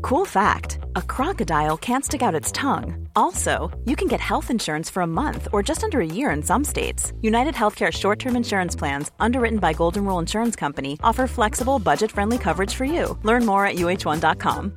Cool fact, a crocodile can't stick out its tongue. Also, you can get health insurance for a month or just under a year in some states. United Healthcare short-term insurance plans, underwritten by Golden Rule Insurance Company, offer flexible, budget-friendly coverage for you. Learn more at uh1.com.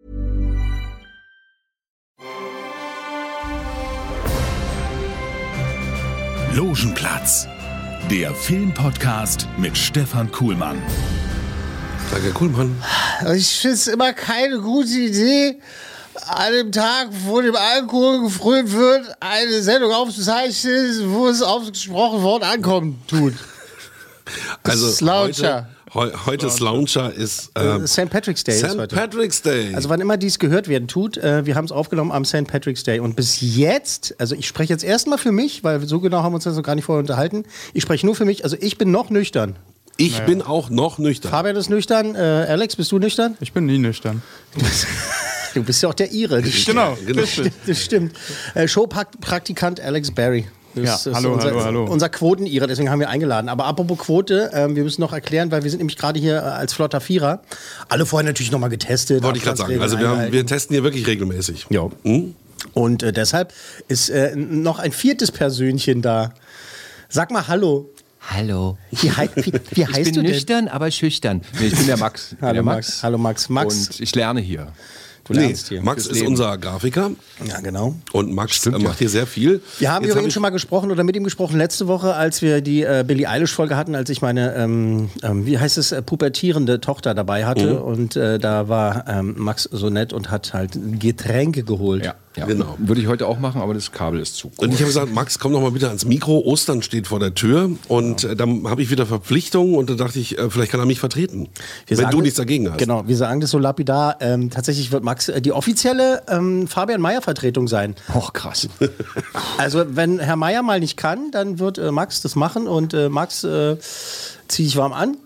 Logenplatz, der Filmpodcast mit Stefan Kuhlmann. Danke, Kuhlmann. Ich finde es immer keine gute Idee, an dem Tag, wo dem Alkohol gefrönt wird, eine Sendung aufzuzeichnen, wo es ausgesprochen Wort ankommen tut. Also Launcher. Heute Launcher ist St. Patrick's Day. St. Patrick's Day. Also wann immer dies gehört werden tut, wir haben es aufgenommen am St. Patrick's Day. Und bis jetzt, also ich spreche jetzt erstmal für mich, weil so genau haben wir uns das noch gar nicht vorher unterhalten. Ich spreche nur für mich, also ich bin noch nüchtern. Ich bin auch noch nüchtern. Fabian ist nüchtern. Alex, bist du nüchtern? Ich bin nie nüchtern. Du bist ja auch der Ire. Genau. Das stimmt. Showpraktikant Alex Berry. Das ist hallo. Unser Quoten-Ire, deswegen haben wir eingeladen. Aber apropos Quote, wir müssen noch erklären, weil wir sind nämlich gerade hier als flotter Vierer. Alle vorher natürlich nochmal getestet. Wollte ich gerade sagen. Also wir testen hier wirklich regelmäßig. Ja. Und deshalb ist noch ein viertes Persönchen da. Sag mal Hallo. Hallo. Wie heißt ich bin du nüchtern, aber schüchtern. Nee, ich bin der Max. Hallo Max. Hallo Max. Und ich lerne hier. Du lernst hier. Max ist unser Grafiker. Ja, genau. Und Max macht hier sehr viel. Wir haben über ihn schon mal gesprochen oder mit ihm gesprochen letzte Woche, als wir die Billie Eilish-Folge hatten, als ich meine, wie heißt es, pubertierende Tochter dabei hatte. Und da war Max so nett und hat halt Getränke geholt. Ja. Genau. Würde ich heute auch machen, aber das Kabel ist zu kurz. Und ich habe gesagt, Max, komm doch mal bitte ans Mikro. Ostern steht vor der Tür. Und dann habe ich wieder Verpflichtungen. Und da dachte ich, vielleicht kann er mich vertreten. Wenn du nichts dagegen hast. Genau, wir sagen das so lapidar. Tatsächlich wird Max die offizielle Fabian-Meyer-Vertretung sein. Och, krass. Also wenn Herr Meyer mal nicht kann, dann wird Max das machen. Und Max, zieh dich warm an.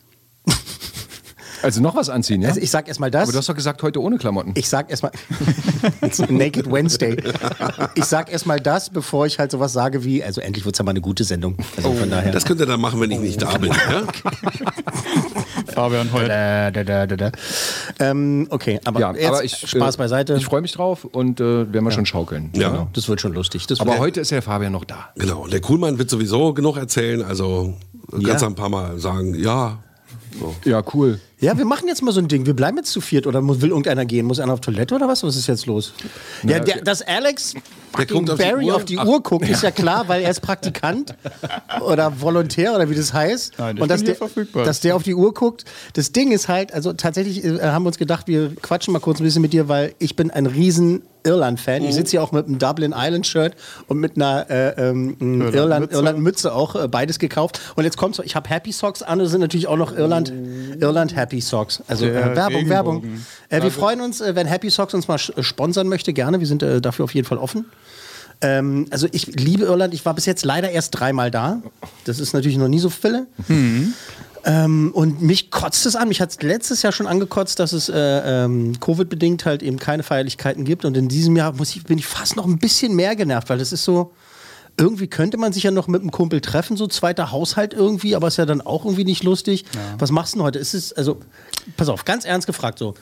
Also noch was anziehen, ja? Also ich sag erstmal das. Aber du hast doch gesagt, heute ohne Klamotten. Ich sag erstmal Naked Wednesday. Ich sag erstmal das, bevor ich halt sowas sage wie, also endlich wird's ja mal eine gute Sendung. Also von daher. Das könnt ihr dann machen, wenn ich nicht da bin. Ja? Fabian heute. Okay, aber, Ja, jetzt aber Spaß beiseite. Ich freue mich drauf und werden wir schon schaukeln. Ja. Genau. Das wird schon lustig. Aber heute ist der Fabian noch da. Genau. Der Kuhlmann wird sowieso genug erzählen. Also kannst du ein paar Mal sagen, ja. So. Ja, cool. Ja, wir machen jetzt mal so ein Ding. Wir bleiben jetzt zu viert oder will irgendeiner gehen? Muss einer auf Toilette oder was? Was ist jetzt los? Ja, dass Alex Barry auf die Uhr guckt, ist ja klar, weil er ist Praktikant oder Volontär oder wie das heißt. Nein, und dass der auf die Uhr guckt. Das Ding ist halt, also tatsächlich haben wir uns gedacht, wir quatschen mal kurz ein bisschen mit dir, weil ich bin ein riesen Irland-Fan. Ich sitze hier auch mit einem Dublin Island-Shirt und mit einer Irland-Mütze auch, beides gekauft. Und jetzt kommt's, ich habe Happy Socks an, das sind natürlich auch noch Irland Happy Socks. Also Werbung. Wir freuen uns, wenn Happy Socks uns mal sponsern möchte, gerne. Wir sind dafür auf jeden Fall offen. Also ich liebe Irland. Ich war bis jetzt leider erst 3-mal da. Das ist natürlich noch nie so viele. Und mich kotzt es an. Mich hat es letztes Jahr schon angekotzt, dass es Covid-bedingt halt eben keine Feierlichkeiten gibt. Und in diesem Jahr bin ich fast noch ein bisschen mehr genervt, weil das ist so, irgendwie könnte man sich ja noch mit einem Kumpel treffen, so zweiter Haushalt irgendwie, aber ist ja dann auch irgendwie nicht lustig. Ja. Was machst du denn heute? Ist es, also, pass auf, ganz ernst gefragt so.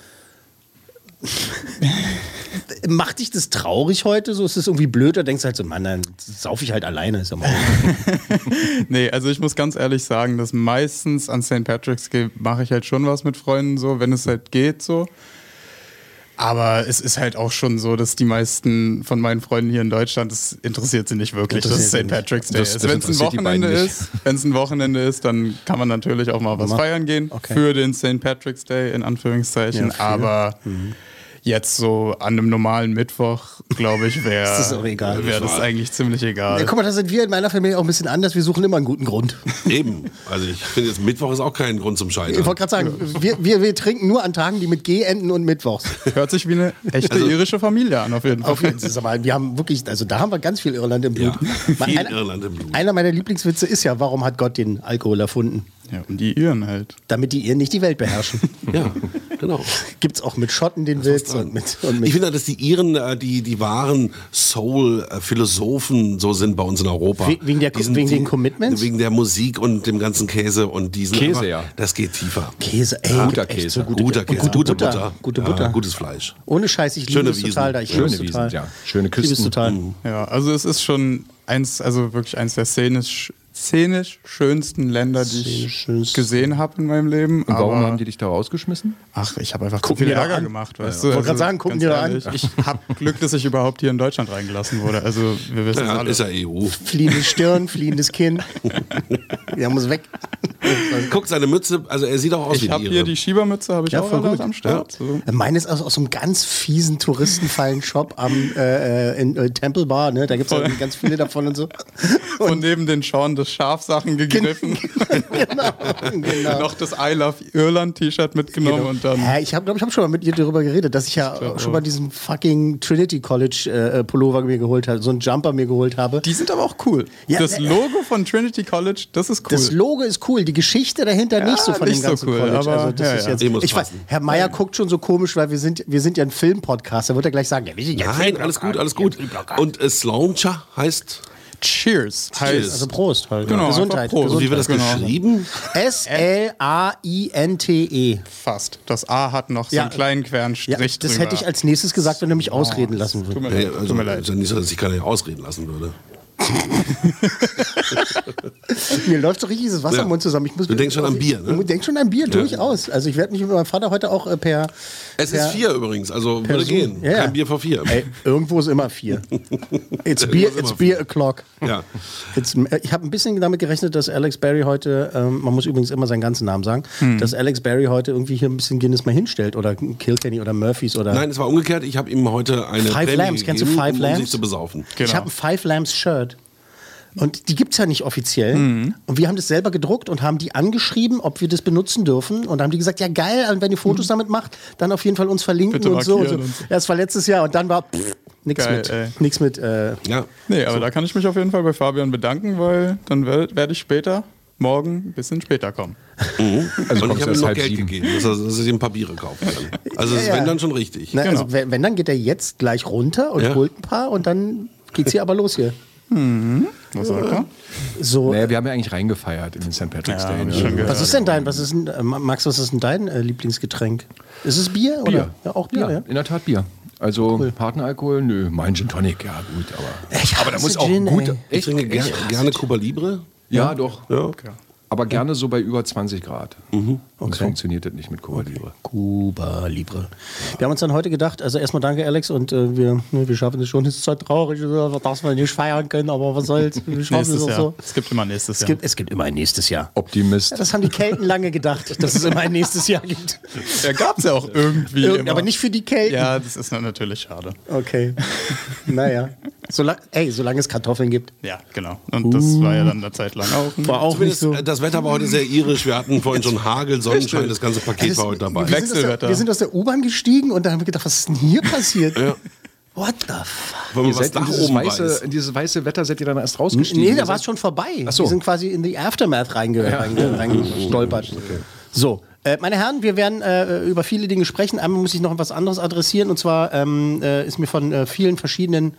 Macht dich das traurig heute? So, ist es irgendwie blöd oder denkst du halt so, Mann, dann sauf ich halt alleine. Ist ja mal Nee, also ich muss ganz ehrlich sagen, dass meistens an St. Patrick's Day mache ich halt schon was mit Freunden, so, wenn es halt geht, so. Aber es ist halt auch schon so, dass die meisten von meinen Freunden hier in Deutschland, das interessiert sie nicht wirklich, dass es St. Patrick's Day ist. Wenn es ein Wochenende ist, dann kann man natürlich auch mal was feiern gehen für den St. Patrick's Day, in Anführungszeichen. Ja, aber jetzt so an einem normalen Mittwoch, glaube ich, wäre das eigentlich ziemlich egal. Ja, guck mal, da sind wir in meiner Familie auch ein bisschen anders. Wir suchen immer einen guten Grund. Eben. Also ich finde, jetzt Mittwoch ist auch kein Grund zum Scheitern. Ich wollte gerade sagen, wir trinken nur an Tagen, die mit G enden und Mittwochs. Hört sich wie eine echte irische Familie an, auf jeden Fall. Aber wir haben wirklich, also da haben wir ganz viel Irland im Blut. Ja, Irland im Blut. Einer meiner Lieblingswitze ist ja, warum hat Gott den Alkohol erfunden? Ja, und die Iren halt. Damit die Iren nicht die Welt beherrschen. Ja, genau. Gibt's auch mit Schotten den Witz und mit. Ich finde, dass die Iren die wahren Soul-Philosophen so sind bei uns in Europa. Wegen den Commitments? Wegen der Musik und dem ganzen Käse und diesen. Käse, ja. Das geht tiefer. Käse, ey. Guter Käse. So Guter Käse, gute Butter. Gute Butter. Ja, gutes Fleisch. Ohne Scheiß, ich liebe Schöne es Wiesen. total da. Ich Schöne liebe es Wiesen, total. ja. Schöne Ich liebe es Küsten. total. Ja, also es ist schon wirklich eins der szenisch schönsten Länder, die ich gesehen habe in meinem Leben. Und warum aber haben die dich da rausgeschmissen? Ach, ich habe einfach zu Gucken viel die da Ärger an? gemacht, weißt Ich du? wollte gerade sagen, gucken ganz die da an? ehrlich, ich habe Glück, dass ich überhaupt hier in Deutschland reingelassen wurde. Also wir wissen es Ja, alle. ist ja EU. Fliehende Stirn, fliehendes Kinn. Der muss weg. Guckt seine Mütze, also er sieht auch aus wie Ich habe die hier Ire. die Schiebermütze, habe ich Ja, auch voll alles gut. am Start. So. Meine ist aus so einem ganz fiesen Touristenfallen-Shop in Temple Bar. Ne? Da gibt es ja ganz viele davon und so. Von neben den Shaun des Schafsachen gegriffen. genau. Noch das I Love Irland T-Shirt mitgenommen und dann. Ja, ich habe schon mal mit dir darüber geredet, dass ich ja schon mal diesen fucking Trinity College Pullover mir geholt habe, so einen Jumper mir geholt habe. Die sind aber auch cool. Ja, das Logo von Trinity College, das ist cool. Das Logo ist cool, die Geschichte dahinter nicht so von nicht dem ganzen so cool, College. aber Also das ja, ist ja. jetzt, Die muss ich weiß, passen. Herr Meier guckt schon so komisch, weil wir sind ja ein Film-Podcast. Da wird er gleich sagen, ja, wir sind ja Nein, alles gut, alles gut. Und Slauncher heißt, Cheers. Heißt, Also Prost halt. Genau, Gesundheit. einfach Prost. wie wird das Genau. geschrieben? S-L-A-I-N-T-E. fast. Das A hat noch so Ja. einen kleinen queren Ja, Strich das drüber. hätte ich als nächstes gesagt, wenn du mich ausreden lassen Tut würdest. mir Nee, leid. also, Tut mir leid. ist ja nicht so, dass ich keiner ausreden lassen würde. Mir läuft so richtig dieses Wasser Ja. im Mund zusammen. Du denkst schon an Bier, ne? Ich denke schon an Bier, durchaus. Also ich werde mich mit meinem Vater heute auch per... Es ist 4 übrigens, also würde Zoom. gehen. Ja, ja. Kein Bier vor 4. Ey, irgendwo ist immer 4. It's beer o'clock. Ja. Ich habe ein bisschen damit gerechnet, dass Alex Berry heute, man muss übrigens immer seinen ganzen Namen sagen, dass Alex Berry heute irgendwie hier ein bisschen Guinness mal hinstellt oder Kilkenny oder Murphys oder... Nein, es war umgekehrt. Ich habe ihm heute eine Five Prämie Lambs. Kennst du gegeben, Five um Lambs? sich zu besaufen. Ich Genau. habe ein Five Lambs Shirt. Und die gibt es ja nicht offiziell. Und wir haben das selber gedruckt und haben die angeschrieben, ob wir das benutzen dürfen. Und dann haben die gesagt, ja geil, und wenn ihr Fotos damit macht, dann auf jeden Fall uns verlinken Bitte und so. markieren und so. Ja, das war letztes Jahr und dann war nichts Geil, mit. ey. Nix mit Ja. Nee, aber da kann ich mich auf jeden Fall bei Fabian bedanken, weil dann werde ich morgen ein bisschen später kommen. Also Und ich kommst du habe ihm erst noch halb Geld 7. gegeben, dass er sich ein paar Biere kaufen kann. Also das ist, Ja, ja. wenn dann schon richtig. Na, Genau. also wenn, dann geht er jetzt gleich runter und Ja. holt ein paar und dann geht's hier aber los hier. Was sagt er? So, Naja, wir haben ja eigentlich reingefeiert in den St. Patrick's Ja, Day. hab Ne? ich schon gehört. was ist denn Max, was ist denn dein Lieblingsgetränk? Ist es Bier? Oder? Bier. Ja, auch Bier, Ja, ja. in der Tat Bier. Also Partneralkohol, nö, mein Gin Tonic, ja gut, aber Ich da hasse muss auch Gin, gut. ey. Ich trinke gerne Cuba Libre. Ja, doch. Ja. Aber gerne so bei über 20 Grad. Sonst funktioniert das nicht mit Cuba Libre. Cuba Libre. Wir haben uns dann heute gedacht, also erstmal danke Alex und wir schaffen es schon, es ist zwar traurig, dass wir nicht feiern können, aber was soll's, wir schaffen es Nächstes auch Jahr. so. Es gibt immer nächstes Jahr. Es gibt immer ein nächstes Jahr. Optimist. Ja, das haben die Kelten lange gedacht, dass es immer ein nächstes Jahr gibt. Ja, gab es ja auch irgendwie. immer. Aber nicht für die Kelten. Ja, das ist natürlich schade. Okay. Naja. Solange es Kartoffeln gibt. Ja, genau. Und das war ja dann eine Zeit lang auch. War auch nicht Zumindest, so. das Wetter war heute sehr irisch. Wir hatten vorhin schon Hagel, Sonnenschein, das ganze Paket war heute dabei. Wechselwetter. Wir sind aus der U-Bahn gestiegen und dann haben wir gedacht, was ist denn hier passiert? Ja. What the fuck? Wenn man Ihr was seid in nach dieses, oben weiß. in dieses weiße Wetter seid ihr dann erst rausgestiegen. Nee, Ihr da war es seid- schon vorbei. Ach so. Wir sind quasi in die Aftermath reingestolpert. So, meine Herren, wir werden über viele Dinge sprechen. Einmal muss ich noch was anderes adressieren. Und zwar ist mir von vielen verschiedenen...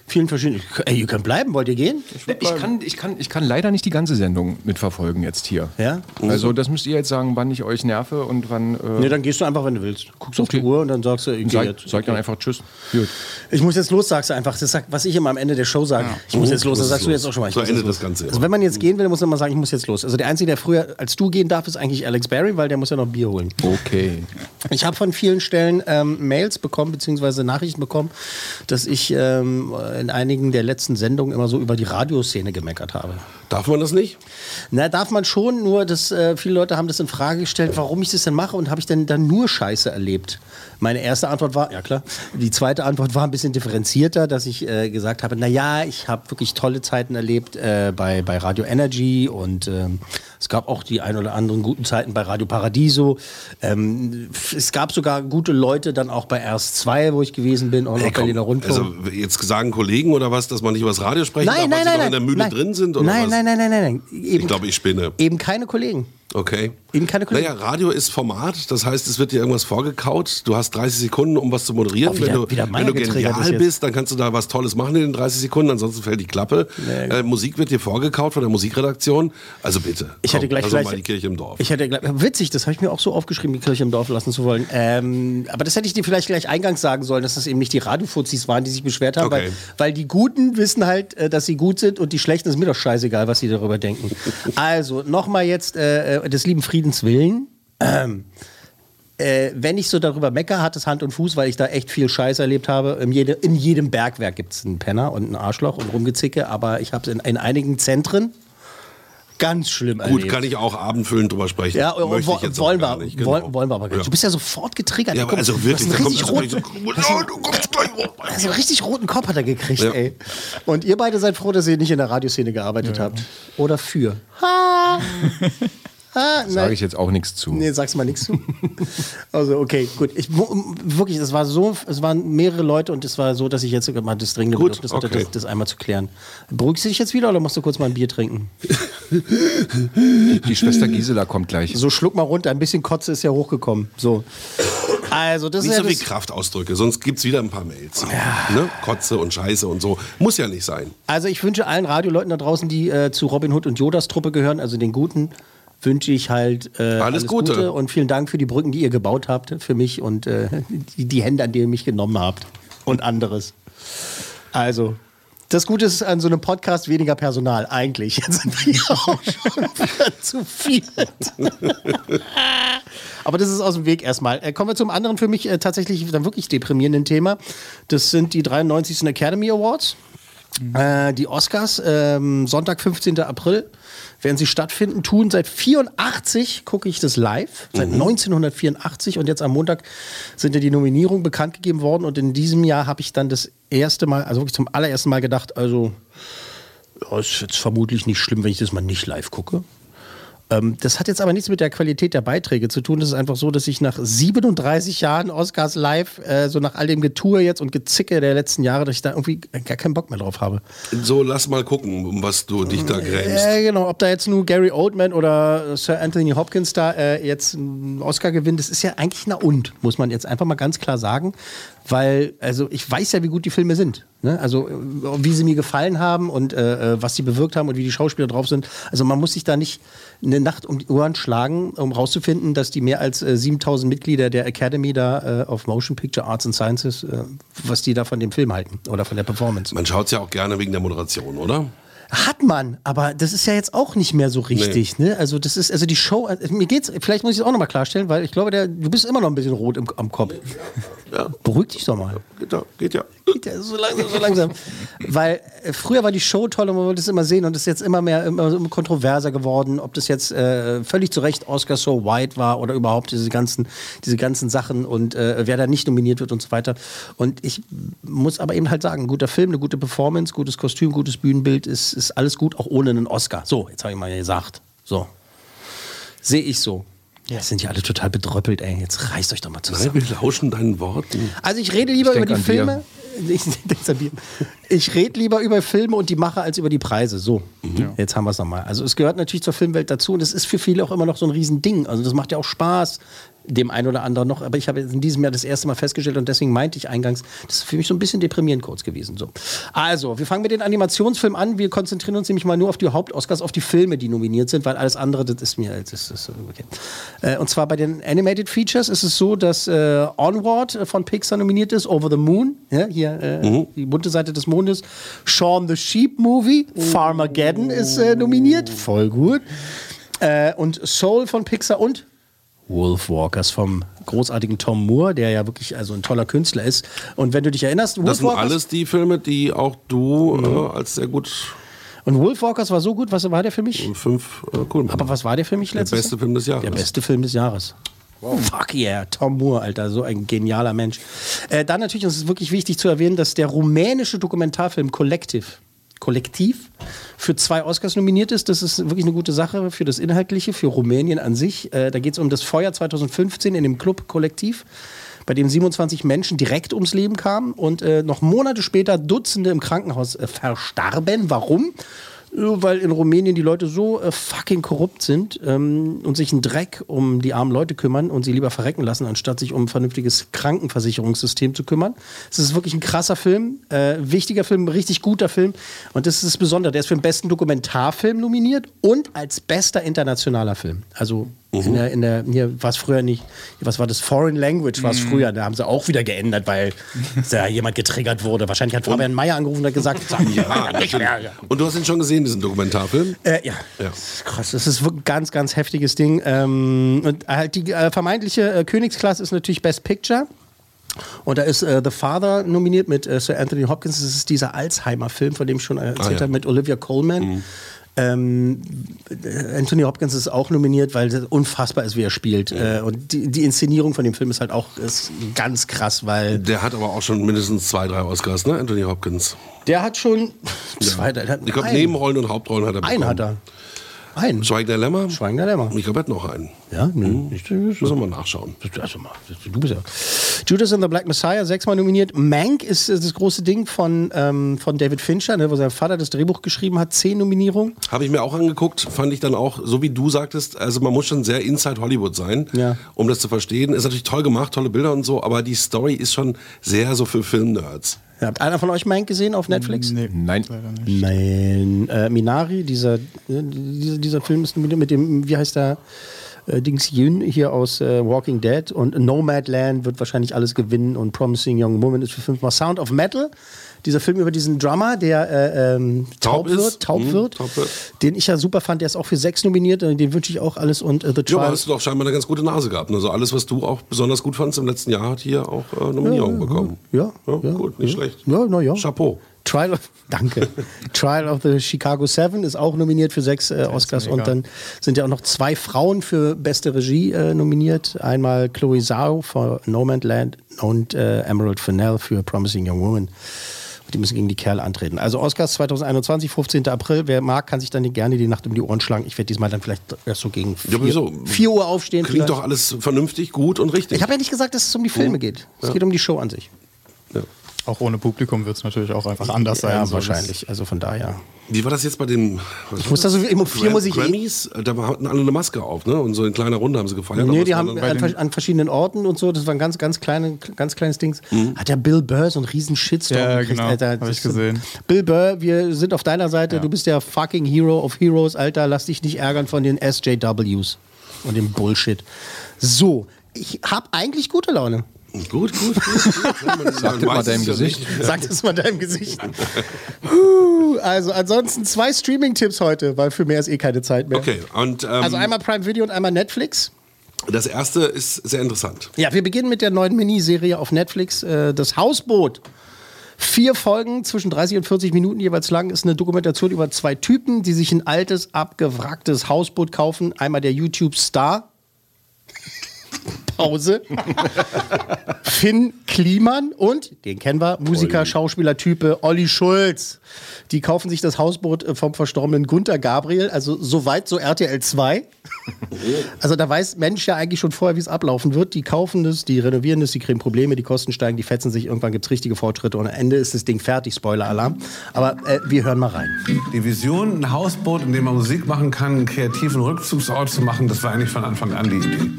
Ey, ihr könnt bleiben, wollt ihr gehen? Ich kann leider nicht die ganze Sendung mitverfolgen jetzt hier. Ja? Also das müsst ihr jetzt sagen, wann ich euch nerve und wann... Nee, dann gehst du einfach, wenn du willst. Guckst auf die Okay. Uhr und dann sagst du, ich gehe jetzt. Sag dann einfach Tschüss. Gut. Ich muss jetzt los, sagst du einfach. Das sagt, was ich immer am Ende der Show sage. Ich muss jetzt los. Das sagst du jetzt auch schon mal. Ich So muss endet jetzt los. das Ganze, ja. Also wenn man jetzt gehen will, muss man mal sagen, ich muss jetzt los. Also der Einzige, der früher als du gehen darf, ist eigentlich Alex Berry, weil der muss ja noch Bier holen. Okay. Ich habe von vielen Stellen Mails bekommen, beziehungsweise Nachrichten bekommen, dass ich in einigen der letzten Sendungen immer so über die Radioszene gemeckert habe. Darf man das nicht? Na, darf man schon, nur dass viele Leute haben das in Frage gestellt, warum ich das denn mache und habe ich denn dann nur Scheiße erlebt. Meine erste Antwort war, ja klar, die zweite Antwort war ein bisschen differenzierter, dass ich gesagt habe, naja, ich habe wirklich tolle Zeiten erlebt bei Radio Energy und es gab auch die ein oder anderen guten Zeiten bei Radio Paradiso. Es gab sogar gute Leute dann auch bei RS2, wo ich gewesen bin, auch noch Berliner Rundfunk. Also jetzt sagen Kollegen oder was, dass man nicht über das Radio sprechen darf, weil sie noch in der Mühle drin sind? Oder Nein. was? Eben, Ich glaube, ich spinne. eben keine Kollegen. Okay. Ihnen keine Kollegen? Naja, Radio ist Format, das heißt, es wird dir irgendwas vorgekaut. Du hast 30 Sekunden, um was zu moderieren. Wenn du genial bist, dann kannst du da was Tolles machen in den 30 Sekunden, ansonsten fällt die Klappe. Nee. Musik wird dir vorgekaut von der Musikredaktion. Also bitte, ich hätte gleich mal die Kirche im Dorf. Witzig, das habe ich mir auch so aufgeschrieben, die Kirche im Dorf lassen zu wollen. Aber das hätte ich dir vielleicht gleich eingangs sagen sollen, dass das eben nicht die Radiofuzis waren, die sich beschwert haben, weil die Guten wissen halt, dass sie gut sind und die Schlechten ist mir doch scheißegal, was sie darüber denken. Also, nochmal jetzt des lieben Friedens willen. Wenn ich so darüber meckere, hat es Hand und Fuß, weil ich da echt viel Scheiß erlebt habe. In jedem Bergwerk gibt es einen Penner und ein Arschloch und Rumgezicke, aber ich habe es in einigen Zentren ganz schlimm erlebt. Gut, kann ich auch abendfüllend drüber sprechen. Ja, wollen wir aber gar nicht. Du bist ja sofort getriggert. Ja, aber also wirklich, du hast einen richtig roten Kopf hat er gekriegt, ey. Und ihr beide seid froh, dass ihr nicht in der Radioszene gearbeitet habt. Oder für. Sage ich jetzt auch nichts zu. Nee, sagst mal nichts zu. Also, okay, gut. Wirklich, es waren mehrere Leute und es war so, dass ich jetzt mal das dringende Bedürfnis hatte, das einmal zu klären. Beruhigst du dich jetzt wieder oder musst du kurz mal ein Bier trinken? Die Schwester Gisela kommt gleich. So, schluck mal runter. Ein bisschen Kotze ist ja hochgekommen. So. Also, das nicht ist so viel Kraftausdrücke, sonst gibt es wieder ein paar Mails. Ja. Ne? Kotze und Scheiße und so. Muss ja nicht sein. Also, ich wünsche allen Radioleuten da draußen, die zu Robin Hood und Jodas Truppe gehören, also den Guten, wünsche ich halt alles Gute und vielen Dank für die Brücken, die ihr gebaut habt für mich und die Hände, an denen ihr mich genommen habt und anderes. Also, das Gute ist an so einem Podcast weniger Personal, eigentlich. Jetzt sind wir auch schon zu viel. Aber das ist aus dem Weg erstmal. Kommen wir zum anderen für mich tatsächlich dann wirklich deprimierenden Thema. Das sind die 93. Academy Awards. Die Oscars, Sonntag, 15. April, werden sie stattfinden, tun. Seit 1984 gucke ich das live, seit 1984 und jetzt am Montag sind ja die Nominierungen bekannt gegeben worden und in diesem Jahr habe ich dann das erste Mal, also wirklich zum allerersten Mal gedacht, also ist jetzt vermutlich nicht schlimm, wenn ich das mal nicht live gucke. Das hat jetzt aber nichts mit der Qualität der Beiträge zu tun. Das ist einfach so, dass ich nach 37 Jahren Oscars live, so nach all dem Getue jetzt und Gezicke der letzten Jahre, dass ich da irgendwie gar keinen Bock mehr drauf habe. So, lass mal gucken, um was du dich da grämst. Genau, ob da jetzt nur Gary Oldman oder Sir Anthony Hopkins da jetzt einen Oscar gewinnt, das ist ja eigentlich muss man jetzt einfach mal ganz klar sagen. Weil, also ich weiß ja, wie gut die Filme sind. Ne? Also wie sie mir gefallen haben und was sie bewirkt haben und wie die Schauspieler drauf sind. Also man muss sich da nicht eine Nacht um die Ohren schlagen, um rauszufinden, dass die mehr als 7000 Mitglieder der Academy da auf Motion Picture Arts and Sciences, was die da von dem Film halten oder von der Performance. Man schaut es ja auch gerne wegen der Moderation, oder? Hat man, aber das ist ja jetzt auch nicht mehr so richtig. Nee. Ne? Also das ist, also die Show, mir geht's, vielleicht muss ich es auch nochmal klarstellen, weil ich glaube, du bist immer noch ein bisschen rot am Kopf. Ja. Beruhig dich doch mal. Geht ja. Geht ja so langsam. Weil früher war die Show toll und man wollte es immer sehen und es ist jetzt immer kontroverser geworden, ob das jetzt völlig zu Recht Oscar So White war oder überhaupt diese ganzen Sachen und wer da nicht nominiert wird und so weiter. Und ich muss aber eben halt sagen, ein guter Film, eine gute Performance, gutes Kostüm, gutes Bühnenbild ist alles gut, auch ohne einen Oscar. So, jetzt habe ich mal gesagt. So. Sehe ich so. Ja, sind ja alle total bedröppelt, ey. Jetzt reißt euch doch mal zusammen. Nein, wir lauschen deinen Worten. Also ich rede lieber über die Filme. Ich rede lieber über Filme und die Macher als über die Preise. So, Jetzt haben wir es nochmal. Also es gehört natürlich zur Filmwelt dazu und es ist für viele auch immer noch so ein Riesending. Also das macht ja auch Spaß, dem einen oder anderen noch. Aber ich habe in diesem Jahr das erste Mal festgestellt und deswegen meinte ich eingangs, das ist für mich so ein bisschen deprimierend kurz gewesen. So. Also, wir fangen mit den Animationsfilmen an. Wir konzentrieren uns nämlich mal nur auf die Haupt-Oscars, auf die Filme, die nominiert sind, weil alles andere, das ist okay. Und zwar bei den Animated Features ist es so, dass Onward von Pixar nominiert ist, Over the Moon, ja, hier die bunte Seite des Mondes, Shaun the Sheep Movie, Farmageddon ist nominiert, voll gut. Und Soul von Pixar und Wolfwalkers vom großartigen Tom Moore, der ja wirklich also ein toller Künstler ist. Und wenn du dich erinnerst, das sind alles die Filme, die auch du als sehr gut... Und Wolfwalkers war so gut, was war der für mich? 5 cool. Aber was war der für mich letztes Jahr? Der beste Film des Jahres. Der beste Film des Jahres. Wow. Fuck yeah, Tom Moore, Alter, so ein genialer Mensch. Dann natürlich, und es ist wirklich wichtig zu erwähnen, dass der rumänische Dokumentarfilm Kollektiv für 2 Oscars nominiert ist. Das ist wirklich eine gute Sache für das Inhaltliche, für Rumänien an sich. Da geht es um das Feuer 2015 in dem Club Kollektiv, bei dem 27 Menschen direkt ums Leben kamen und noch Monate später Dutzende im Krankenhaus verstarben. Warum? Weil in Rumänien die Leute so fucking korrupt sind und sich einen Dreck um die armen Leute kümmern und sie lieber verrecken lassen, anstatt sich um ein vernünftiges Krankenversicherungssystem zu kümmern. Es ist wirklich ein krasser Film, wichtiger Film, richtig guter Film. Und das ist das Besondere. Der ist für den besten Dokumentarfilm nominiert und als bester internationaler Film. Also hier war es früher nicht, was war das? Foreign Language war es früher. Da haben sie auch wieder geändert, weil da jemand getriggert wurde. Wahrscheinlich hat Fabian Meyer angerufen und hat gesagt, nicht mehr. Ja. Und du hast ihn schon gesehen, diesen Dokumentarfilm? Ja. Krass, das ist wirklich ein ganz, ganz heftiges Ding. Und halt die vermeintliche Königsklasse ist natürlich Best Picture. Und da ist The Father nominiert mit Sir Anthony Hopkins. Das ist dieser Alzheimer-Film, von dem ich schon erzählt habe, mit Olivia Colman. Anthony Hopkins ist auch nominiert, weil es unfassbar ist, wie er spielt. Und die Inszenierung von dem Film ist halt auch ganz krass, weil... Der hat aber auch schon mindestens 2, 3 Oscars, ne, Anthony Hopkins? Der hat schon 2, ich glaube, Nebenrollen und Hauptrollen hat er bekommen. Einen hat er. Schweigender Lämmer? Schweigender Lämmer. Ich glaube, er hat noch einen. Ja? Müssen wir mal nachschauen. Also, du bist ja... Judas and the Black Messiah, 6-mal nominiert. Mank ist das große Ding von David Fincher, ne, wo sein Vater das Drehbuch geschrieben hat. 10 Nominierungen. Habe ich mir auch angeguckt, fand ich dann auch, so wie du sagtest, also man muss schon sehr Inside Hollywood sein, um das zu verstehen. Ist natürlich toll gemacht, tolle Bilder und so, aber die Story ist schon sehr so für Filmnerds. Habt einer von euch Mank gesehen auf Netflix? Nee. Nein. Nein. Minari, dieser Film ist mit dem, wie heißt der? Dings Yun hier aus Walking Dead und Nomadland wird wahrscheinlich alles gewinnen und Promising Young Woman ist für 5-mal. Sound of Metal, dieser Film über diesen Drummer, der taub wird, den ich ja super fand, der ist auch für 6 nominiert, den wünsche ich auch alles und The Trial. Ja, aber hast du doch scheinbar eine ganz gute Nase gehabt. Also alles, was du auch besonders gut fandst im letzten Jahr, hat hier auch Nominierungen bekommen. Ja, gut, nicht schlecht. Ja, na ja. Chapeau. Trial of the Chicago 7 ist auch nominiert für 6 Oscars und dann sind ja auch noch 2 Frauen für beste Regie nominiert. Einmal Chloe Zhao für Nomadland und Emerald Fennell für Promising Young Woman. Und die müssen gegen die Kerle antreten. Also Oscars 2021, 15. April. Wer mag, kann sich dann gerne die Nacht um die Ohren schlagen. Ich werde diesmal dann vielleicht erst so gegen 4 Uhr aufstehen. Klingt doch alles vernünftig, gut und richtig. Ich habe ja nicht gesagt, dass es um die Filme geht. Es geht um die Show an sich. Ja. Auch ohne Publikum wird es natürlich auch einfach anders sein. Ja, wahrscheinlich. Also von daher. Wie war das jetzt bei dem Grammys? Da hatten alle eine Maske auf, ne? Und so in kleiner Runde haben sie gefeiert. Nee, die haben an verschiedenen Orten und so. Das war ein ganz kleines Ding. Hat der Bill Burr so einen riesen Shitstorm gekriegt, genau, Alter. Hab ich gesehen. Bill Burr, wir sind auf deiner Seite. Ja. Du bist der fucking Hero of Heroes, Alter. Lass dich nicht ärgern von den SJWs und dem Bullshit. So, ich habe eigentlich gute Laune. Gut. Sag das mal deinem Gesicht. Sag das mal deinem Gesicht. Also ansonsten 2 Streaming-Tipps heute, weil für mehr ist keine Zeit mehr. Okay. Und, also einmal Prime Video und einmal Netflix. Das erste ist sehr interessant. Ja, wir beginnen mit der neuen Miniserie auf Netflix, das Hausboot. 4 Folgen, zwischen 30 und 40 Minuten jeweils lang, ist eine Dokumentation über 2 Typen, die sich ein altes, abgewracktes Hausboot kaufen. Einmal der YouTube-Star. Pause. Finn Kliman und, den kennen wir, Musiker, Schauspielertype Olli Schulz. Die kaufen sich das Hausboot vom verstorbenen Gunter Gabriel, also soweit so RTL 2. Also da weiß Mensch ja eigentlich schon vorher, wie es ablaufen wird. Die kaufen das, die renovieren das, die kriegen Probleme, die Kosten steigen, die fetzen sich, irgendwann gibt es richtige Fortschritte und am Ende ist das Ding fertig, Spoiler-Alarm. Aber wir hören mal rein. Die Vision, ein Hausboot, in dem man Musik machen kann, einen kreativen Rückzugsort zu machen, das war eigentlich von Anfang an die Idee.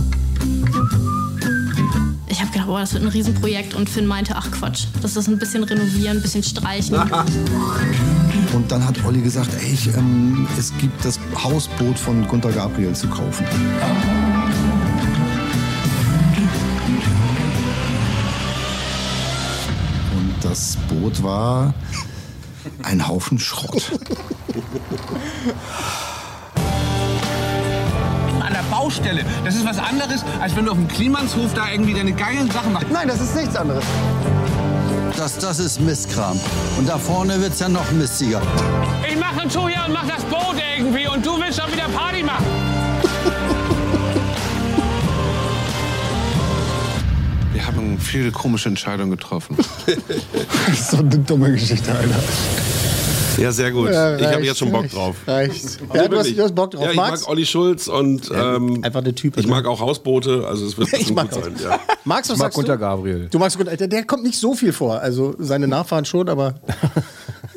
Ich habe gedacht, oh, das wird ein Riesenprojekt und Finn meinte, ach Quatsch, das ist ein bisschen renovieren, ein bisschen streichen. Und dann hat Olli gesagt, ey, es gibt das Hausboot von Gunter Gabriel zu kaufen. Und das Boot war ein Haufen Schrott. An der Baustelle, das ist was anderes, als wenn du auf dem Klimanshof da irgendwie deine geilen Sachen machst. Nein, das ist nichts anderes. Das ist Mistkram. Und da vorne wird's ja noch mistiger. Ich mache einen Schuh hier und mach das Boot irgendwie und du willst schon wieder Party machen. Wir haben viele komische Entscheidungen getroffen. Das ist so eine dumme Geschichte, Alter. Ja, sehr gut. Ja, ich habe jetzt schon Bock drauf. Reicht. Ja, du hast Bock drauf. Ja, ich mag Olli Schulz und einfach der Typ. Ich mag auch Hausboote, also es wird ich mag gut sein. Ja. Magst du, ich mag Gunter Gabriel. Du magst Gunter, der kommt nicht so viel vor. Also seine Nachfahren schon, aber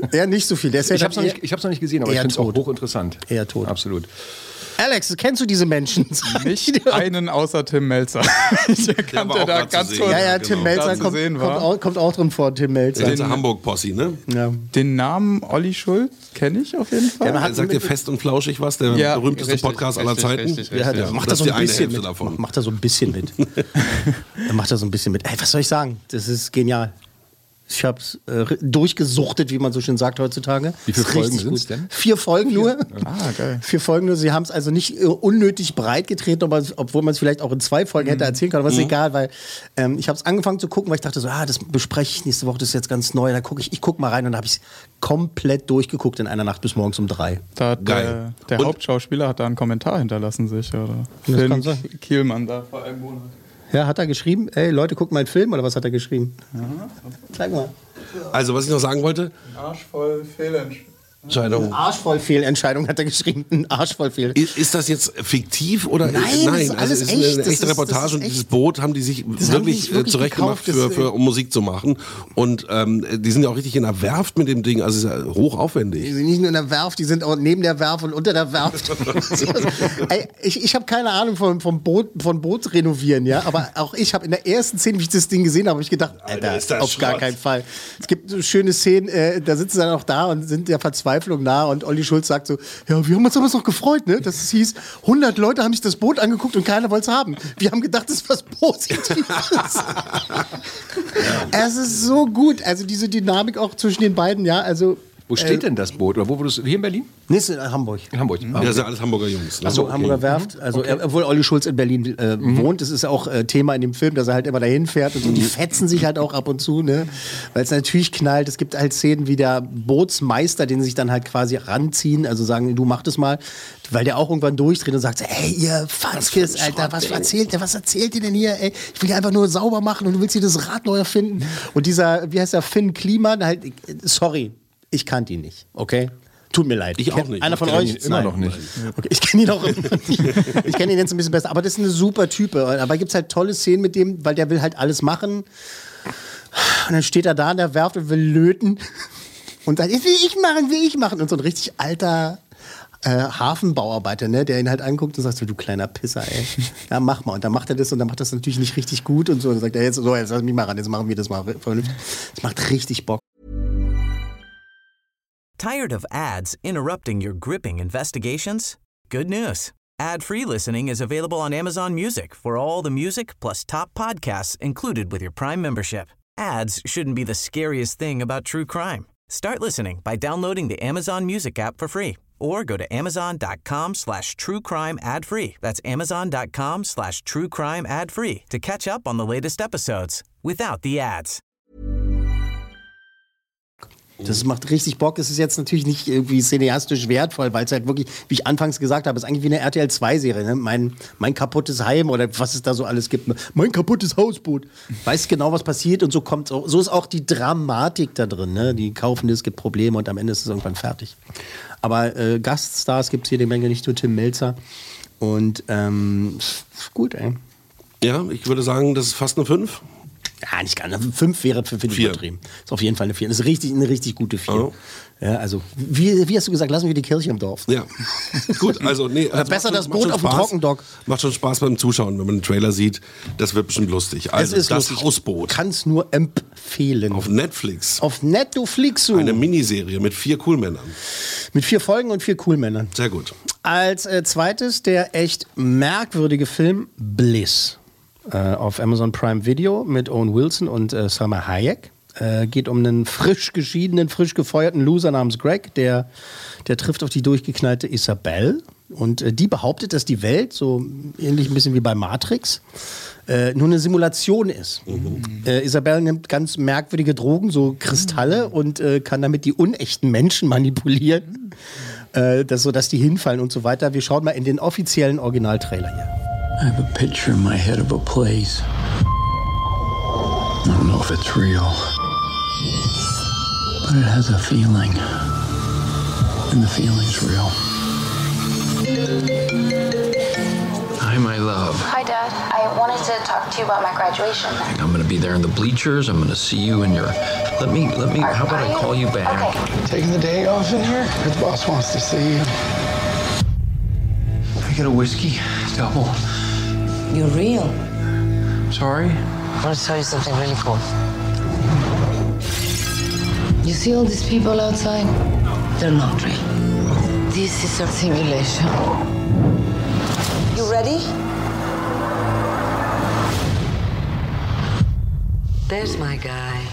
Ja, nicht so viel. Der ist ja ich habe es noch nicht gesehen, aber ich finde es auch hochinteressant. Eher tot. Absolut. Alex, kennst du diese Menschen? Nicht einen außer Tim Melzer. Ich erkannte da ganz kurz. Ja, Tim Melzer kommt auch drin vor, Tim Melzer. Der Hamburg-Possi, ne? Ja. Den Namen Olli Schulz kenne ich auf jeden Fall. Ja, sagt dir fest und flauschig was? Der berühmteste Podcast aller Zeiten? Richtig. Der macht da so ein bisschen mit. Macht da so ein bisschen mit. Ey, was soll ich sagen? Das ist genial. Ich habe es durchgesuchtet, wie man so schön sagt heutzutage. Wie viele Folgen sind es denn? 4 Folgen nur. Geil. 4 Folgen nur. Sie haben es also nicht unnötig breit getreten, obwohl man es vielleicht auch in 2 Folgen hätte erzählen können. Aber ist egal, weil ich habe es angefangen zu gucken, weil ich dachte so, das bespreche ich nächste Woche, das ist jetzt ganz neu. Da ich gucke mal rein und dann habe ich es komplett durchgeguckt in einer Nacht bis morgens um 3. Der Hauptschauspieler hat da einen Kommentar hinterlassen, sicher. Oder? Das kann sein. Kielmann da vor einem Monat. Ja, hat er geschrieben? Ey, Leute, guckt meinen Film, oder was hat er geschrieben? Zeig mal. Also, was ich noch sagen wollte? Arschvoll Fehlentscheidung. Arschvoll Fehlentscheidung hat er geschrieben. Ein Arschvoll Fehl. Ist das jetzt fiktiv oder? Nein, das ist alles es ist echt. eine echte Reportage und dieses Boot haben die sich wirklich zurechtgemacht, um Musik zu machen. Und die sind ja auch richtig in der Werft mit dem Ding. Also es ist ja hochaufwendig. Die sind nicht nur in der Werft, die sind auch neben der Werft und unter der Werft. Ey, ich habe keine Ahnung von Boot renovieren, ja. Aber auch ich habe in der ersten Szene, wie ich das Ding gesehen habe, ich gedacht, Alter, auf gar keinen Fall. Es gibt so schöne Szenen, da sitzen sie dann auch da und sind der Verzweiflung nah und Olli Schulz sagt so, ja, wir haben uns aber noch gefreut, ne? Dass es hieß, 100 Leute haben sich das Boot angeguckt und keiner wollte es haben. Wir haben gedacht, das ist was Positives. Es ist so gut, also diese Dynamik auch zwischen den beiden, ja, also... Wo steht denn das Boot? Oder wo wurdest du? Hier in Berlin? Nee, ist in Hamburg. In Hamburg. Ja, das sind alles Hamburger Jungs. Ne? Also Hamburger Werft. Also obwohl Olli Schulz in Berlin wohnt, das ist ja auch Thema in dem Film, dass er halt immer dahin fährt und so. Die fetzen sich halt auch ab und zu, ne? Weil es natürlich knallt. Es gibt halt Szenen wie der Bootsmeister, den sich dann halt quasi ranziehen, also sagen, du mach das mal, weil der auch irgendwann durchdreht und sagt, ey, ihr Fatzkes, Alter, was erzählt ihr denn hier? Ey, ich will ja einfach nur sauber machen und du willst hier das Rad neu erfinden. Und dieser, wie heißt der, Finn Kliman, halt, sorry, ich kannte ihn nicht, okay? Tut mir leid. Ich auch nicht. Einer von euch? Immer noch nicht. Okay, ich kenne ihn auch immer nicht. Ich kenne ihn jetzt ein bisschen besser. Aber das ist eine super Type. Aber gibt es halt tolle Szenen mit dem, weil der will halt alles machen. Und dann steht er da in der Werft und will löten. Und sagt, will ich machen. Und so ein richtig alter Hafenbauarbeiter, ne, der ihn halt anguckt und sagt so, du kleiner Pisser, ey. Ja, mach mal. Und dann macht er das und dann macht das natürlich nicht richtig gut und so. Und dann sagt er, jetzt lass mich mal ran, jetzt machen wir das mal vernünftig. Das macht richtig Bock. Tired of ads interrupting your gripping investigations? Good news. Ad-free listening is available on Amazon Music for all the music plus top podcasts included with your Prime membership. Ads shouldn't be the scariest thing about true crime. Start listening by downloading the Amazon Music app for free or go to amazon.com/truecrime ad-free. That's amazon.com/truecrime ad-free to catch up on the latest episodes without the ads. Das macht richtig Bock. Es ist jetzt natürlich nicht irgendwie cineastisch wertvoll, weil es halt wirklich, wie ich anfangs gesagt habe, ist eigentlich wie eine RTL-2-Serie. Ne? Mein kaputtes Heim oder was es da so alles gibt. Mein kaputtes Hausboot. Weiß genau, was passiert und so kommt so ist auch die Dramatik da drin. Ne? Die kaufen das, es gibt Probleme und am Ende ist es irgendwann fertig. Aber Gaststars gibt es hier die Menge, nicht nur Tim Melzer. Und gut, ey. Ja, ich würde sagen, das ist fast eine 5. Ja, nicht ganz. 5 wäre für dich übertrieben. Ist auf jeden Fall eine 4. Das ist eine richtig gute 4. Oh. Ja, also, wie hast du gesagt, lassen wir die Kirche im Dorf. Ja, gut, also nee. Also besser das Boot auf dem Trockendock. Macht schon Spaß beim Zuschauen, wenn man den Trailer sieht. Das wird bestimmt lustig. Also, das lustig. Hausboot. Kann's nur empfehlen. Auf Netflix. Auf Netflix. Eine Miniserie mit 4 Coolmännern. Mit 4 Folgen und 4 Coolmännern. Sehr gut. Als zweites der echt merkwürdige Film Bliss. Auf Amazon Prime Video mit Owen Wilson und Salma Hayek. Geht um einen frisch geschiedenen, frisch gefeuerten Loser namens Greg, der trifft auf die durchgeknallte Isabelle. Und die behauptet, dass die Welt, so ähnlich ein bisschen wie bei Matrix, nur eine Simulation ist. Isabelle nimmt ganz merkwürdige Drogen, so Kristalle, und kann damit die unechten Menschen manipulieren, sodass die hinfallen und so weiter. Wir schauen mal in den offiziellen Originaltrailer hier. I have a picture in my head of a place. I don't know if it's real, but it has a feeling, and the feeling's real. Hi, my love. Hi, Dad. I wanted to talk to you about my graduation. I'm gonna be there in the bleachers. I'm gonna see you in your... Let me, how about I call you back? Okay. Taking the day off in here? The boss wants to see you. I get a whiskey, double. You're real. Sorry? I want to tell you something really cool. You see all these people outside? They're not real. This is a simulation. You ready? There's my guy.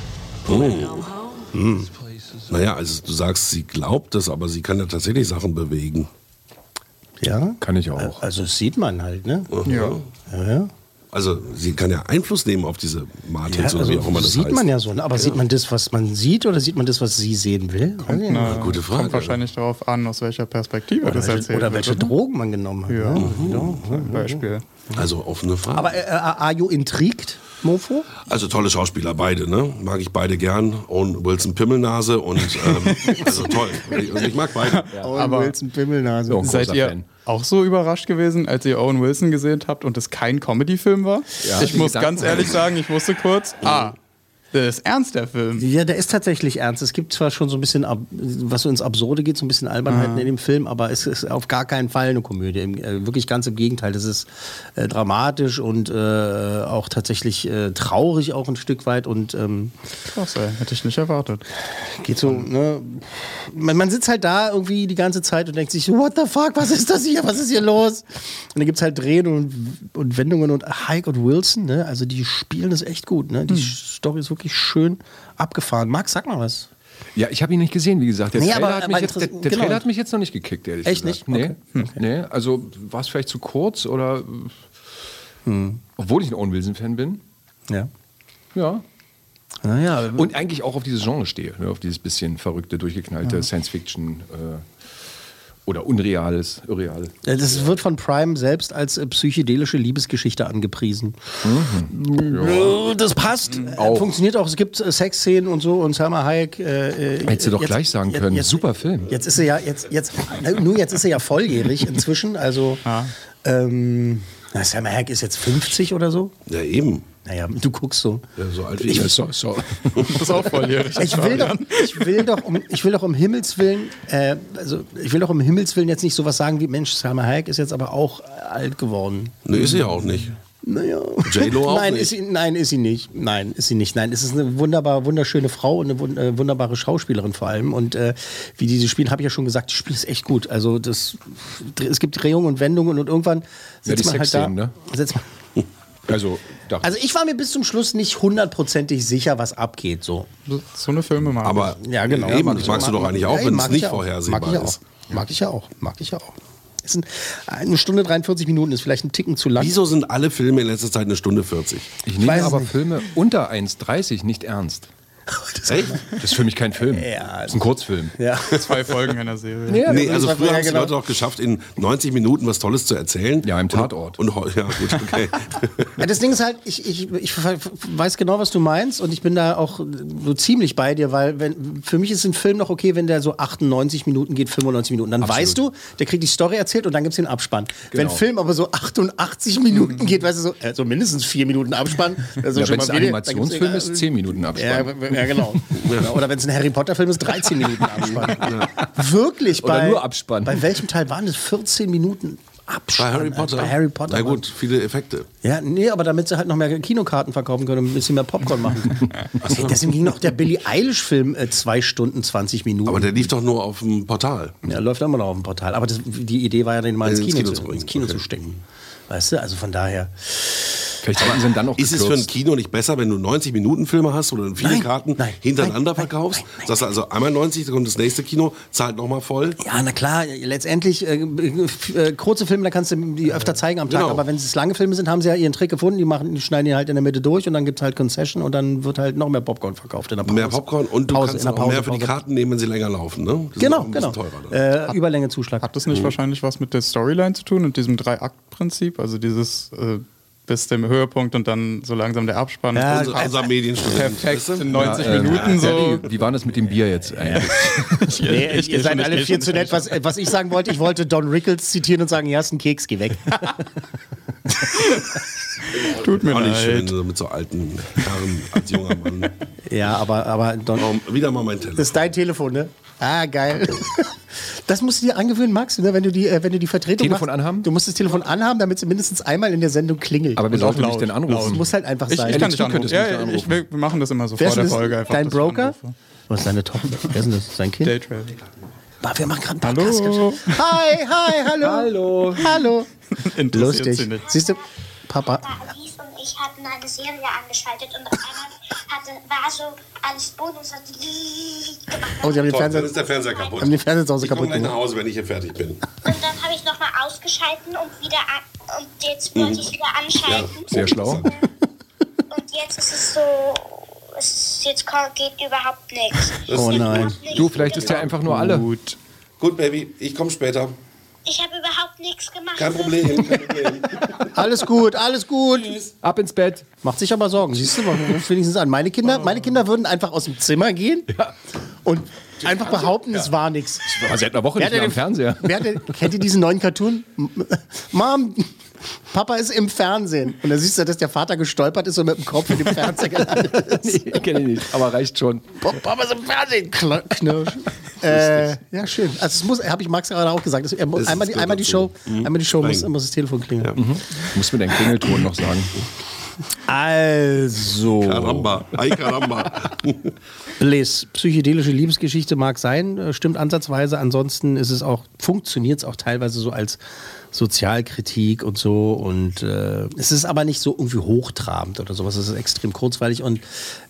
Naja, also du sagst, sie glaubt das, aber sie kann ja tatsächlich Sachen bewegen. Ja? Kann ich auch. Also das sieht man halt, ne? Ja. Also sie kann ja Einfluss nehmen auf diese Matrix oder wie auch immer das sieht heißt. Man ja so, ne? Aber sieht man das, was man sieht, oder sieht man das, was sie sehen will? Gute Frage. Kommt wahrscheinlich darauf an, aus welcher Perspektive das erzählt wird. Oder welche Drogen man genommen hat. Ja, Ne? zum Beispiel. Also offene Frage. Aber are you intrigued, Mofo? Also tolle Schauspieler, beide, ne? Mag ich beide gern. Owen Wilson Pimmelnase und also toll. Ich mag beide. Ja. Owen Wilson Pimmelnase. Seid ihr auch so überrascht gewesen, als ihr Owen Wilson gesehen habt und es kein Comedy-Film war? Ja, ich muss ganz ehrlich sagen, ich wusste kurz, das ist ernst, der Film. Ja, der ist tatsächlich ernst. Es gibt zwar schon so ein bisschen, was so ins Absurde geht, so ein bisschen Albernheiten in dem Film, aber es ist auf gar keinen Fall eine Komödie. Wirklich ganz im Gegenteil. Das ist dramatisch und auch tatsächlich traurig auch ein Stück weit. Und, krass, ey. Hätte ich nicht erwartet. Geht so, ne? Man sitzt halt da irgendwie die ganze Zeit und denkt sich, what the fuck, was ist das hier? Was ist hier los? Und dann gibt es halt Drehen und Wendungen und Hike und Wilson, ne? Also die spielen das echt gut, ne? Die Story ist wirklich schön abgefahren. Max, sag mal was. Ja, ich habe ihn nicht gesehen, wie gesagt. Der Trailer hat mich jetzt noch nicht gekickt, ehrlich gesagt. Echt nicht? Nee. Okay. Nee. Also war es vielleicht zu kurz oder... Obwohl ich ein Owen Wilson-Fan bin. Ja. Ja. Naja. Und eigentlich auch auf dieses Genre stehe, ne? Auf dieses bisschen verrückte, durchgeknallte Science-Fiction oder Unreales, irreal. Das wird von Prime selbst als psychedelische Liebesgeschichte angepriesen. Das passt. Funktioniert auch. Es gibt Sexszenen und so und Salma Hayek. Hättest du doch gleich sagen können. Super Film. Jetzt ist er ja jetzt ist er ja volljährig inzwischen. Also Salma Hayek ist jetzt 50 oder so. Ja, eben. Naja, du guckst so. Ja, so alt wie ich. Das ist auch volljährig. Ich will doch um Himmels Willen, jetzt nicht sowas sagen wie, Mensch, Salma Hayek ist jetzt aber auch alt geworden. Ne, ist sie ja auch nicht. Naja. J-Lo auch Nein, nicht. Nein, ist sie nicht. Nein, es ist eine wunderschöne Frau und eine wunderbare Schauspielerin vor allem. Und wie die spielen, habe ich ja schon gesagt, die spielt es echt gut. Also es gibt Drehungen und Wendungen und irgendwann sitzt man halt da. Ne? Also ich war mir bis zum Schluss nicht hundertprozentig sicher, was abgeht. So eine Filme machen. Aber ja, genau. Eben, das magst du doch eigentlich auch, wenn es nicht vorhersehbar ist. Mag ich ja auch. Es sind 1 Stunde 43 Minuten, ist vielleicht ein Ticken zu lang. Wieso sind alle Filme in letzter Zeit 1 Stunde 40? Ich nehme aber Filme unter 1,30 nicht ernst. Echt? Das ist für mich kein Film. Ja, das ist ein Kurzfilm. Ja. 2 Folgen einer Serie. Ja, nee, also früher haben es die Leute auch geschafft, in 90 Minuten was Tolles zu erzählen. Ja, im Tatort. Ja, gut, okay. Ja, das Ding ist halt, ich weiß genau, was du meinst und ich bin da auch so ziemlich bei dir, weil für mich ist ein Film noch okay, wenn der so 98 Minuten geht, 95 Minuten. Dann weißt du, der kriegt die Story erzählt und dann gibt es den Abspann. Genau. Wenn ein Film aber so 88 Minuten geht, weißt du, so mindestens 4 Minuten Abspann. Also wenn es ein Animationsfilm ist, 10 Minuten Abspann. Ja, genau. Ja. Oder wenn es ein Harry Potter Film ist, 13 Minuten Abspann. Ja. Wirklich? Oder nur Abspann. Bei welchem Teil waren das 14 Minuten Abspann? Bei Harry Potter. Na gut, viele Effekte. Ja, nee, aber damit sie halt noch mehr Kinokarten verkaufen können und ein bisschen mehr Popcorn machen können. Hey, deswegen ging noch der Billie Eilish Film 2 Stunden 20 Minuten. Aber der lief doch nur auf dem Portal. Ja, läuft immer noch auf dem Portal. Aber die Idee war ja, den mal ins Kino zu stecken. Weißt du, also von daher... Vielleicht hätten sie dann auch ist es für ein Kino nicht besser, wenn du 90-Minuten-Filme hast oder viele Karten hintereinander verkaufst? Sagst du also einmal 90, dann kommt das nächste Kino, zahlt nochmal voll? Ja, na klar, letztendlich kurze Filme, da kannst du die öfter zeigen am Tag, aber wenn es lange Filme sind, haben sie ja ihren Trick gefunden, die schneiden die halt in der Mitte durch und dann gibt es halt Concession und dann wird halt noch mehr Popcorn verkauft in der Pause. Mehr Popcorn und du kannst auch mehr für die Karten nehmen, wenn sie länger laufen, ne? Das genau. Teurer, Überlängezuschlag. Hat das nicht wahrscheinlich was mit der Storyline zu tun und diesem 3-Akt-Prinzip? Also dieses bis dem Höhepunkt und dann so langsam der Abspann. Ja, unser Medienstudent. Perfekt in 90 Minuten so. Wie war das mit dem Bier jetzt eigentlich? Ihr seid alle viel zu nett. Was ich sagen wollte, ich wollte Don Rickles zitieren und sagen, ja, ist ein Keks, geh weg. Tut mir leid. Schön, so mit so alten Herren als junger Mann. Ja, aber Don, wieder mal mein Telefon. Das ist dein Telefon, ne? Ah, geil. Das musst du dir angewöhnen, Max, ne? wenn du die Vertretung Telefon machst. Anhaben? Du musst das Telefon anhaben, damit es mindestens einmal in der Sendung klingelt. Aber wir sollten nicht den anrufen. Das muss halt einfach sein. Ich kann dich anrufen. Wir machen das immer so vor der Folge. Einfach dein Broker? Was ist deine Tochter? Wer ist denn das? Sein Kind? Daytrail. Wir machen gerade einen Podcast. Hallo. Hi, hallo. Hallo. Lustig. Siehst du, Papa. Ich habe eine Serie angeschaltet und auf einmal war so alles bunt und es hat gemacht. Oh, Sie haben den Fernseher. Dann ist der Fernseher kaputt. Haben den Fernseher zu Hause kaputt gemacht. Ich komme gleich nach Hause, wenn ich hier fertig bin. Und dann habe ich nochmal ausgeschalten und wieder und jetzt wollte ich wieder anschalten. Ja, sehr schlau. Und jetzt ist es so, jetzt geht überhaupt nichts. Oh nein. Du, vielleicht ist ja einfach nur alle. Gut, Baby, ich komme später. Ich habe überhaupt nichts gemacht. Kein Problem. Alles gut. Tschüss. Ab ins Bett. Macht sich aber Sorgen. Siehst du, ruf wenigstens an. Meine Kinder würden einfach aus dem Zimmer gehen und einfach behaupten, es war nichts. Ich war seit einer Woche nicht mehr am Fernseher. Kennt ihr diesen neuen Cartoon? Mom, Papa ist im Fernsehen. Und da siehst du, dass der Vater gestolpert ist und mit dem Kopf in dem Fernseher gelandet ist. Nee, kenne ich nicht, aber reicht schon. Papa ist im Fernsehen. Knirsch. Ja, schön. Also habe ich Max gerade auch gesagt. Einmal die Show muss das Telefon klingeln. Ja. Muss mir deinen Klingelton noch sagen. Also. Caramba. Ay, caramba. Bliss. Psychedelische Liebesgeschichte mag sein, stimmt ansatzweise. Ansonsten funktioniert es auch teilweise so als Sozialkritik und so. Und es ist aber nicht so irgendwie hochtrabend oder sowas. Es ist extrem kurzweilig und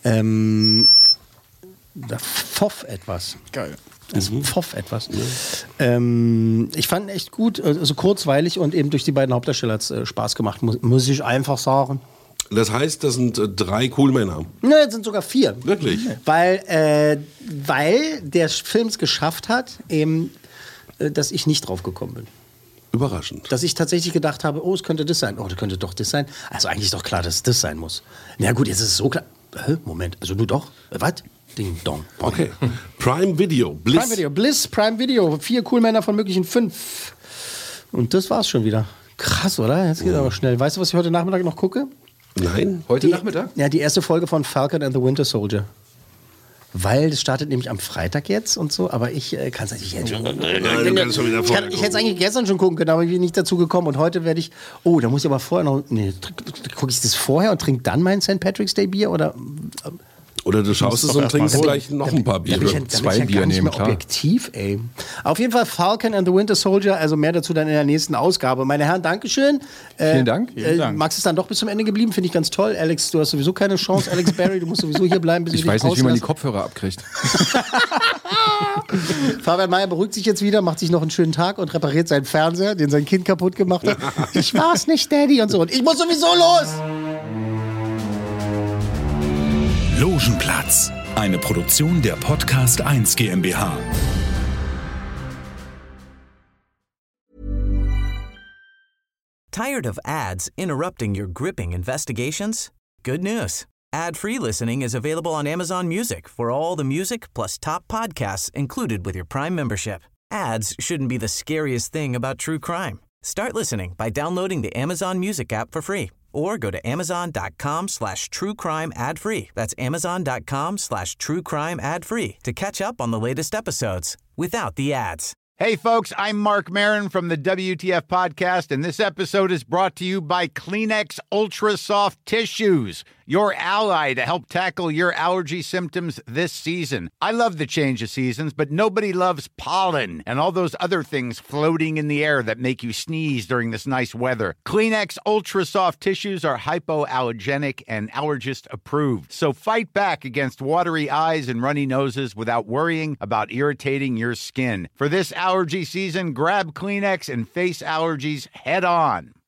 da pfoff etwas. Geil. Es pfoff etwas. Ich fand echt gut, also kurzweilig und eben durch die beiden Hauptdarsteller hat es Spaß gemacht, muss ich einfach sagen. Das heißt, das sind 3 Coolmänner. Ne, es sind sogar 4. Wirklich? Weil der Film es geschafft hat, eben, dass ich nicht drauf gekommen bin. Überraschend. Dass ich tatsächlich gedacht habe, es könnte das sein. Das könnte doch das sein. Also eigentlich ist doch klar, dass es das sein muss. Na gut, jetzt ist es so klar. Moment, also du doch? Was? Ding dong. Okay. Prime Video. Bliss, Prime Video. 4 Coolmänner von möglichen 5. Und das war's schon wieder. Krass, oder? Jetzt geht aber schnell. Weißt du, was ich heute Nachmittag noch gucke? Nein. Heute Nachmittag? Ja, die erste Folge von Falcon and the Winter Soldier. Weil das startet nämlich am Freitag jetzt und so, aber ich kann es eigentlich jetzt schon. Ich hätte es eigentlich gestern schon gucken können, aber ich bin nicht dazu gekommen. Und heute werde ich. Da muss ich aber vorher noch. Nee, gucke ich das vorher und trinke dann mein St. Patrick's Day Bier oder. Oder du schaust es und trinkst gleich noch ein paar Bier. Oder 2 Bier nehmen, klar. Objektiv, ey. Auf jeden Fall Falcon and the Winter Soldier, also mehr dazu dann in der nächsten Ausgabe. Meine Herren, Dankeschön. Vielen Dank. Max ist dann doch bis zum Ende geblieben, finde ich ganz toll. Alex, du hast sowieso keine Chance. Alex Barry, du musst sowieso hier bleiben, bis ich weiß nicht, wie man die Kopfhörer abkriegt. Fabian Meyer beruhigt sich jetzt wieder, macht sich noch einen schönen Tag und repariert seinen Fernseher, den sein Kind kaputt gemacht hat. Ich war's nicht, Daddy und so. Und ich muss sowieso los! Logenplatz. Eine Produktion der Podcast 1 GmbH. Tired of ads interrupting your gripping investigations? Good news. Ad-free listening is available on Amazon Music for all the music plus top podcasts included with your Prime membership. Ads shouldn't be the scariest thing about true crime. Start listening by downloading the Amazon Music app for free or go to amazon.com/truecrime ad-free. That's amazon.com/truecrime ad-free to catch up on the latest episodes without the ads. Hey, folks, I'm Mark Maron from the WTF Podcast, and this episode is brought to you by Kleenex Ultra Soft Tissues, your ally to help tackle your allergy symptoms this season. I love the change of seasons, but nobody loves pollen and all those other things floating in the air that make you sneeze during this nice weather. Kleenex Ultra Soft Tissues are hypoallergenic and allergist approved, so fight back against watery eyes and runny noses without worrying about irritating your skin. For this allergy season, grab Kleenex and face allergies head on.